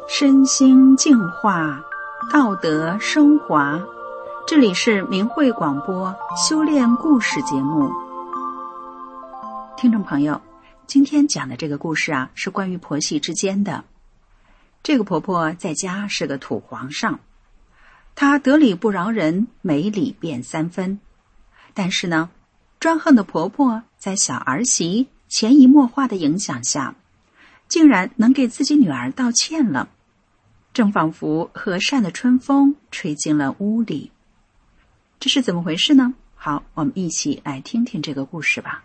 身心净化，道德升华。这里是明慧广播修炼故事节目。听众朋友，今天讲的这个故事是关于婆媳之间的。这个婆婆在家是个土皇上，她得理不饶人，没理便三分。但是呢，专横的婆婆在小儿媳潜移默化的影响下，竟然能给自己女儿道歉了，正仿佛和善的春风吹进了屋里。这是怎么回事呢？好，我们一起来听听这个故事吧。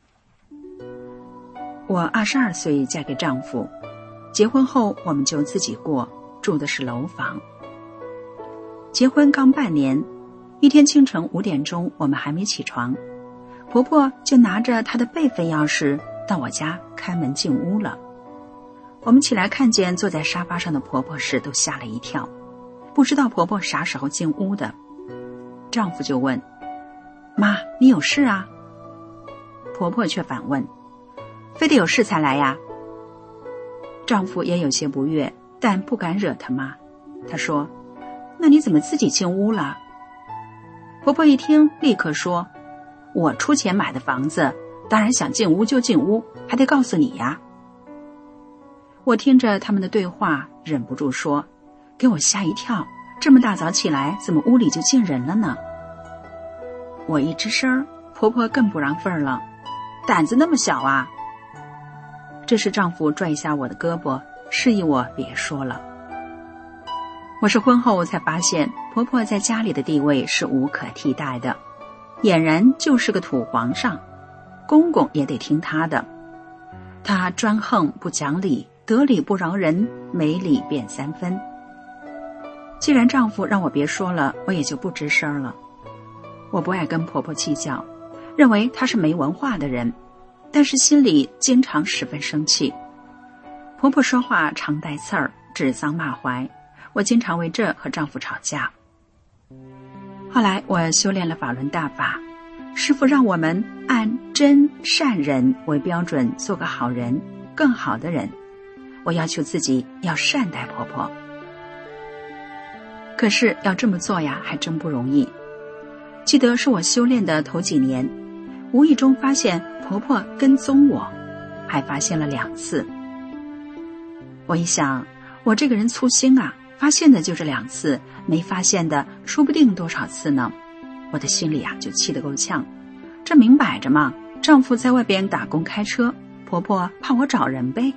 我22岁嫁给丈夫，结婚后我们就自己过，住的是楼房。结婚刚半年，一天清晨5点钟，我们还没起床，婆婆就拿着她的备份钥匙到我家开门进屋了。我们起来看见坐在沙发上的婆婆时都吓了一跳，不知道婆婆啥时候进屋的。丈夫就问：妈，你有事啊？婆婆却反问：非得有事才来呀？丈夫也有些不悦，但不敢惹她妈。他说：那你怎么自己进屋了？婆婆一听立刻说：我出钱买的房子，当然想进屋就进屋，还得告诉你呀。我听着他们的对话，忍不住说：给我吓一跳，这么大早起来，怎么屋里就进人了呢？我一吱声，婆婆更不让份儿了，胆子那么小啊！这时丈夫拽一下我的胳膊，示意我别说了。我是婚后才发现，婆婆在家里的地位是无可替代的，俨然就是个土皇上，公公也得听她的。她专横不讲理，得理不饶人，没理便三分。既然丈夫让我别说了，我也就不吱声了。我不爱跟婆婆计较，认为她是没文化的人，但是心里经常十分生气。婆婆说话常带刺儿，指桑骂槐，我经常为这和丈夫吵架。后来我修炼了法轮大法，师父让我们按真善人为标准做个好人，更好的人。我要求自己要善待婆婆。可是要这么做呀，还真不容易。记得是我修炼的头几年，无意中发现婆婆跟踪我，还发现了2次。我一想，我这个人粗心啊，发现的就这2次，没发现的说不定多少次呢。我的心里就气得够呛。这明摆着嘛，丈夫在外边打工开车，婆婆怕我找人呗。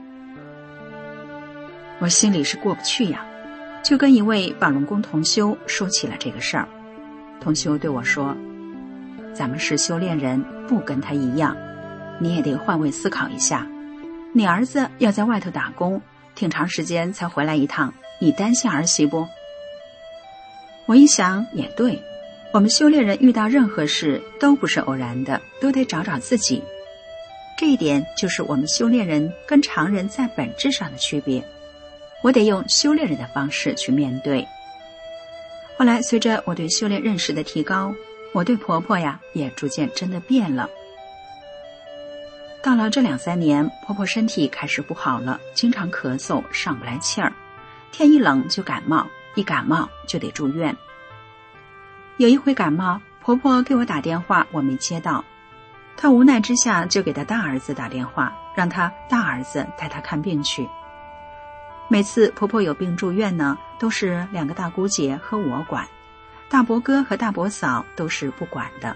我心里是过不去呀，就跟一位法轮功同修说起了这个事儿。同修对我说：咱们是修炼人，不跟他一样，你也得换位思考一下。你儿子要在外头打工，挺长时间才回来一趟，你担心儿媳不？我一想也对，我们修炼人遇到任何事都不是偶然的，都得找找自己。这一点就是我们修炼人跟常人在本质上的区别。我得用修炼人的方式去面对。后来随着我对修炼认识的提高，我对婆婆也逐渐真的变了。到了这2-3年，婆婆身体开始不好了，经常咳嗽，上不来气儿，天一冷就感冒，一感冒就得住院。有一回感冒，婆婆给我打电话，我没接到，她无奈之下就给她大儿子打电话，让她大儿子带她看病去。每次婆婆有病住院呢，都是2个大姑姐和我管，大伯哥和大伯嫂都是不管的。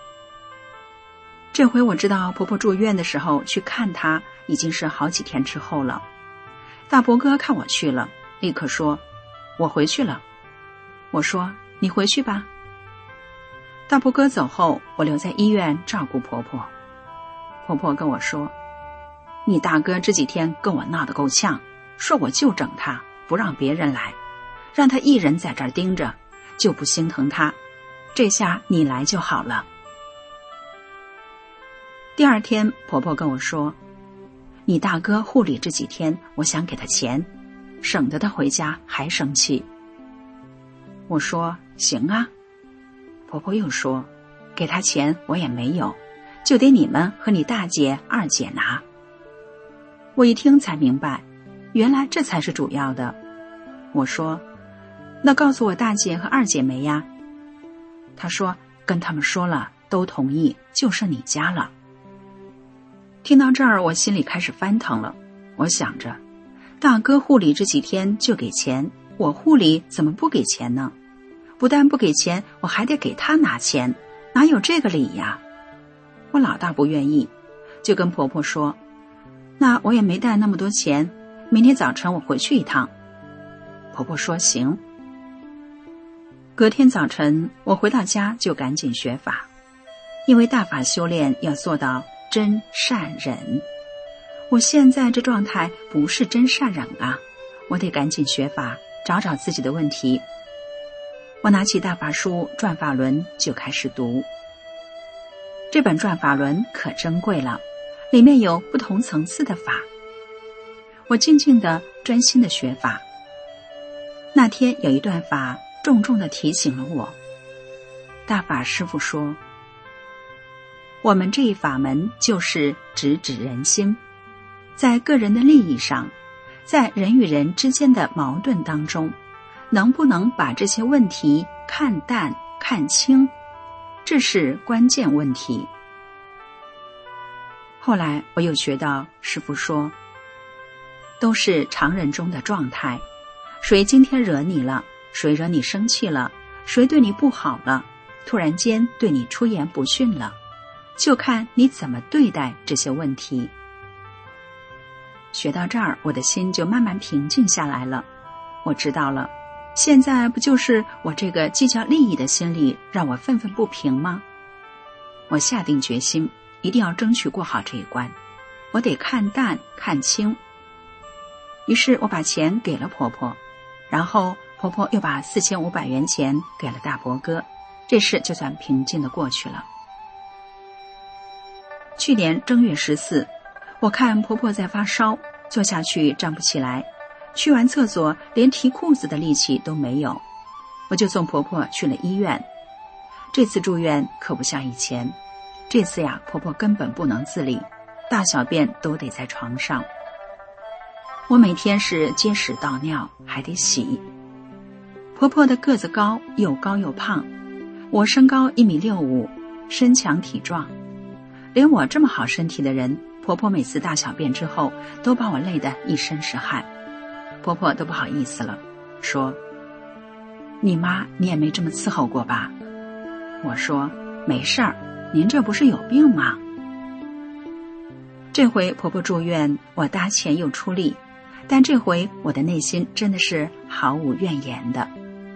这回我知道婆婆住院的时候去看她，已经是好几天之后了。大伯哥看我去了，立刻说：我回去了。我说：你回去吧。大伯哥走后，我留在医院照顾婆婆。婆婆跟我说：你大哥这几天跟我闹得够呛，说我就整他，不让别人来，让他一人在这儿盯着，就不心疼他，这下你来就好了。第2天婆婆跟我说：你大哥护理这几天，我想给他钱，省得他回家还生气。我说：行啊。婆婆又说：给他钱我也没有，就得你们和你大姐、二姐拿。我一听才明白，原来这才是主要的， 我说：那告诉我大姐和二姐没呀？她说：跟他们说了，都同意，就剩你家了。听到这儿，我心里开始翻腾了。我想着，大哥护理这几天就给钱，我护理怎么不给钱呢？不但不给钱，我还得给他拿钱，哪有这个理呀？我老大不愿意，就跟婆婆说：那我也没带那么多钱，明天早晨我回去一趟。婆婆说行。隔天早晨我回到家就赶紧学法，因为大法修炼要做到真善忍。我现在这状态不是真善忍啊，我得赶紧学法，找找自己的问题。我拿起大法书《转法轮》就开始读。这本《转法轮》可珍贵了，里面有不同层次的法。我静静地专心地学法。那天有一段法重重地提醒了我。大法师父说，我们这一法门就是直指人心，在个人的利益上，在人与人之间的矛盾当中，能不能把这些问题看淡看清，这是关键问题。后来我又学到师父说，都是常人中的状态，谁今天惹你了，谁惹你生气了，谁对你不好了，突然间对你出言不逊了，就看你怎么对待这些问题。学到这儿，我的心就慢慢平静下来了。我知道了，现在不就是我这个计较利益的心理让我愤愤不平吗？我下定决心，一定要争取过好这一关，我得看淡看清。于是我把钱给了婆婆，然后婆婆又把4500元钱给了大伯哥，这事就算平静地过去了。去年正月14，我看婆婆在发烧，坐下去站不起来，去完厕所连提裤子的力气都没有，我就送婆婆去了医院。这次住院可不像以前，这次呀，婆婆根本不能自理，大小便都得在床上。我每天是接屎倒尿，还得洗。婆婆的个子高，又高又胖，我身高1.65米，身强体壮。连我这么好身体的人，婆婆每次大小便之后都把我累得一身是汗。婆婆都不好意思了，说：你妈你也没这么伺候过吧？我说：没事儿，您这不是有病吗？这回婆婆住院，我搭钱又出力，但这回我的内心真的是毫无怨言的。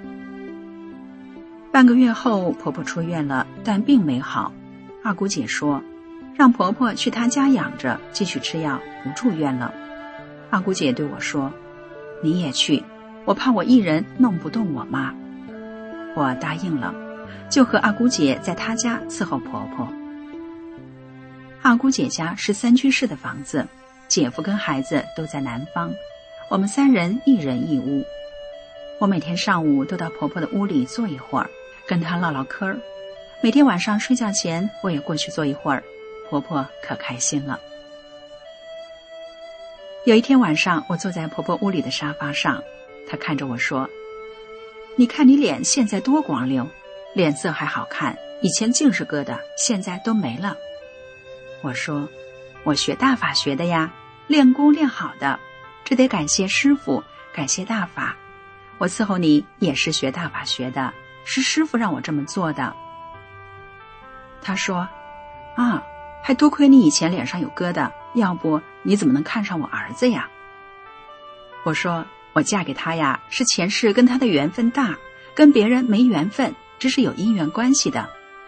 半个月后，婆婆出院了，但病没好。二姑姐说，让婆婆去她家养着，继续吃药，不住院了。二姑姐对我说，你也去，我怕我一人弄不动我妈。我答应了，就和二姑姐在她家伺候婆婆。二姑姐家是3居室的房子，姐夫跟孩子都在南方，我们3人一人一屋。我每天上午都到婆婆的屋里坐一会儿，跟她唠唠嗑。每天晚上睡觉前我也过去坐一会儿，婆婆可开心了。有一天晚上，我坐在婆婆屋里的沙发上，她看着我说，你看你脸现在多光溜，脸色还好看，以前净是疙瘩，现在都没了。我说，我学大法学的呀，练功练好的，这得感谢师父，感谢大法。我伺候你也是学大法学的，是师父让我这么做的。他说，啊，还多亏你以前脸上有疙瘩，要不你怎么能看上我儿子呀？我说，我嫁给他呀，是前世跟他的缘分大，跟别人没缘分，这是有因缘关系的。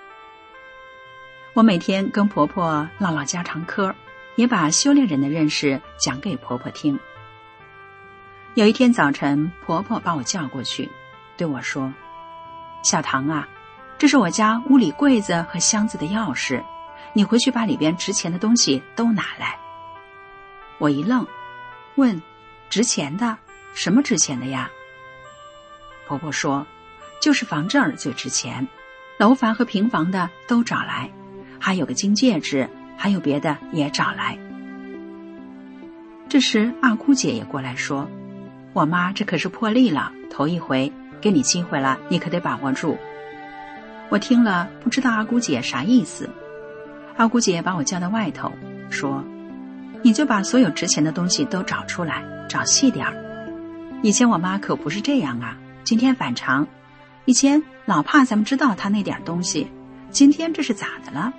我每天跟婆婆唠唠家常嗑，也把修炼人的认识讲给婆婆听。有一天早晨，婆婆把我叫过去，对我说，小唐啊，这是我家屋里柜子和箱子的钥匙，你回去把里边值钱的东西都拿来。我一愣，问，值钱的？什么值钱的呀？婆婆说，就是房证最值钱，楼房和平房的都找来，还有个金戒指，还有别的也找来。这时二姑姐也过来说， 我妈这可是破例了，头一回，给你机会了，你可得把握住。我听了不知道二姑姐啥意思。二姑姐把我叫到外头，说，你就把所有值钱的东西都找出来，找细点儿。以前我妈可不是这样啊，今天反常。以前老怕咱们知道她那点东西，今天这是咋的了？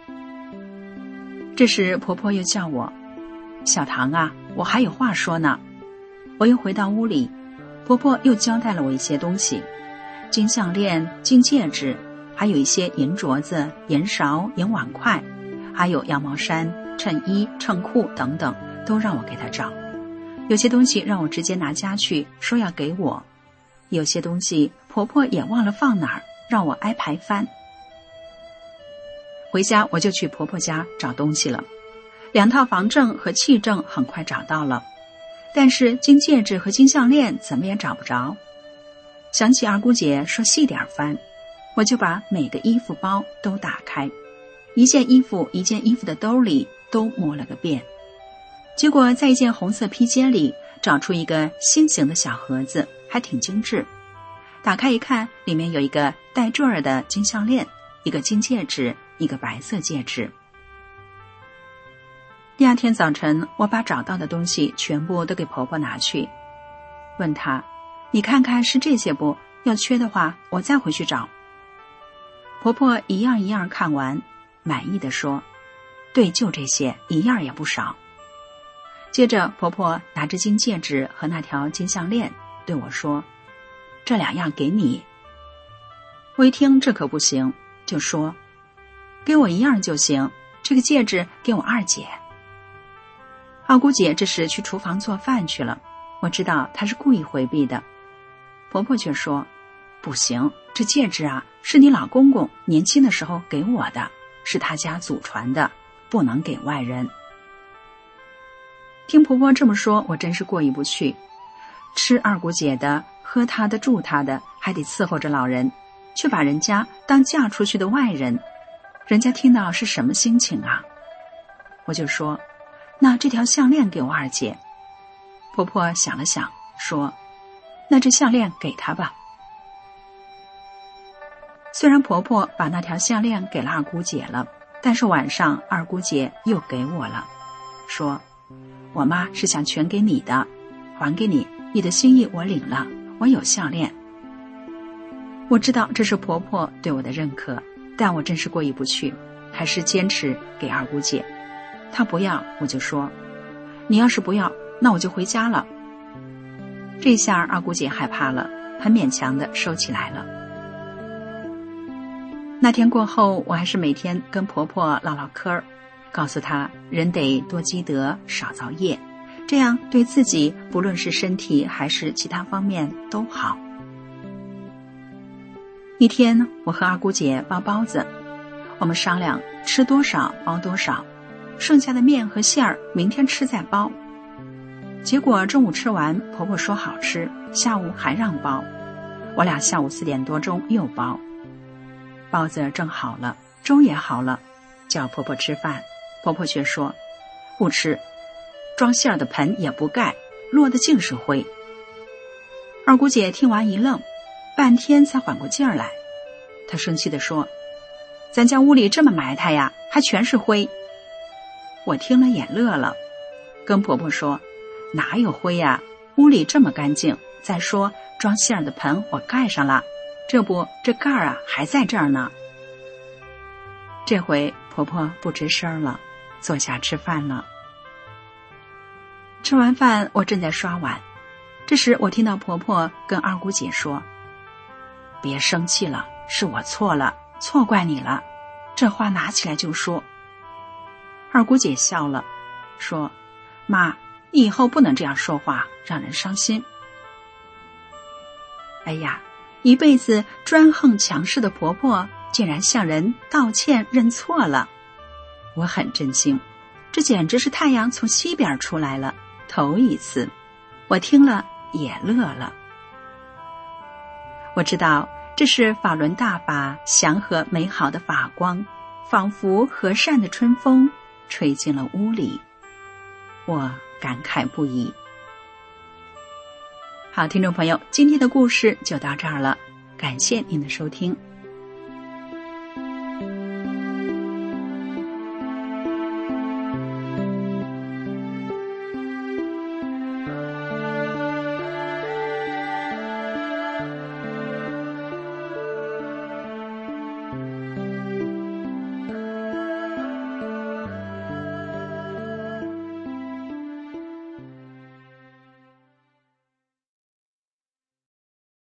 这时婆婆又叫我，小唐啊，我还有话说呢。我又回到屋里，婆婆又交代了我一些东西，金项链、金戒指，还有一些银镯子、银勺、银碗筷，还有羊毛衫、衬衣、衬裤等等，都让我给她找。有些东西让我直接拿家去，说要给我；有些东西婆婆也忘了放哪儿，让我挨排翻。回家我就去婆婆家找东西了，2套房证和契证很快找到了，但是金戒指和金项链怎么也找不着。想起二姑姐说细点翻，我就把每个衣服包都打开，一件衣服一件衣服的兜里都摸了个遍，结果在一件红色披肩里找出一个心形的小盒子，还挺精致。打开一看，里面有一个带坠儿的金项链，一个金戒指，一个白色戒指。第2天早晨，我把找到的东西全部都给婆婆拿去，问她，你看看是这些不？要缺的话我再回去找。婆婆一样一样看完，满意地说，对，就这些，一样也不少。接着婆婆拿着金戒指和那条金项链对我说，这2样给你。我一听这可不行，就说，给我1样就行，这个戒指给我二姐。二姑姐这时去厨房做饭去了，我知道她是故意回避的。婆婆却说，不行，这戒指啊是你老公公年轻的时候给我的，是他家祖传的，不能给外人。听婆婆这么说，我真是过意不去，吃二姑姐的，喝她的，住她的，还得伺候着老人，却把人家当嫁出去的外人，人家听到是什么心情啊？我就说，那这条项链给我二姐。婆婆想了想说，那这项链给她吧。虽然婆婆把那条项链给了二姑姐了，但是晚上二姑姐又给我了，说，我妈是想全给你的，还给你，你的心意我领了，我有项链。我知道这是婆婆对我的认可，但我真是过意不去，还是坚持给二姑姐。她不要，我就说，你要是不要，那我就回家了。这下二姑姐害怕了，很勉强地收起来了。那天过后，我还是每天跟婆婆唠唠嗑，告诉她人得多积德，少造业，这样对自己不论是身体还是其他方面都好。一天我和二姑姐包包子，我们商量吃多少包多少，剩下的面和馅儿明天吃再包。结果中午吃完，婆婆说好吃，下午还让包，我俩下午4点多钟又包。包子正好了，粥也好了，叫婆婆吃饭，婆婆却说不吃，装馅儿的盆也不盖，落得尽是灰。二姑姐听完一愣，半天才缓过劲儿来，她生气地说，咱家屋里这么埋汰呀，还全是灰。我听了也乐了，跟婆婆说，哪有灰呀，屋里这么干净，再说装馅儿的盆我盖上了，这不这盖儿啊还在这儿呢。这回婆婆不吱声了，坐下吃饭了。吃完饭我正在刷碗，这时我听到婆婆跟二姑姐说，别生气了，是我错了，错怪你了，这话拿起来就说。二姑姐笑了，说，妈，你以后不能这样说话，让人伤心。哎呀，一辈子专横强势的婆婆竟然向人道歉认错了，我很震惊，这简直是太阳从西边出来了，头一次。我听了也乐了。我知道这是法轮大法祥和美好的法光，仿佛和善的春风吹进了屋里，我感慨不已。 好，听众朋友，今天的故事就到这儿了，感谢您的收听。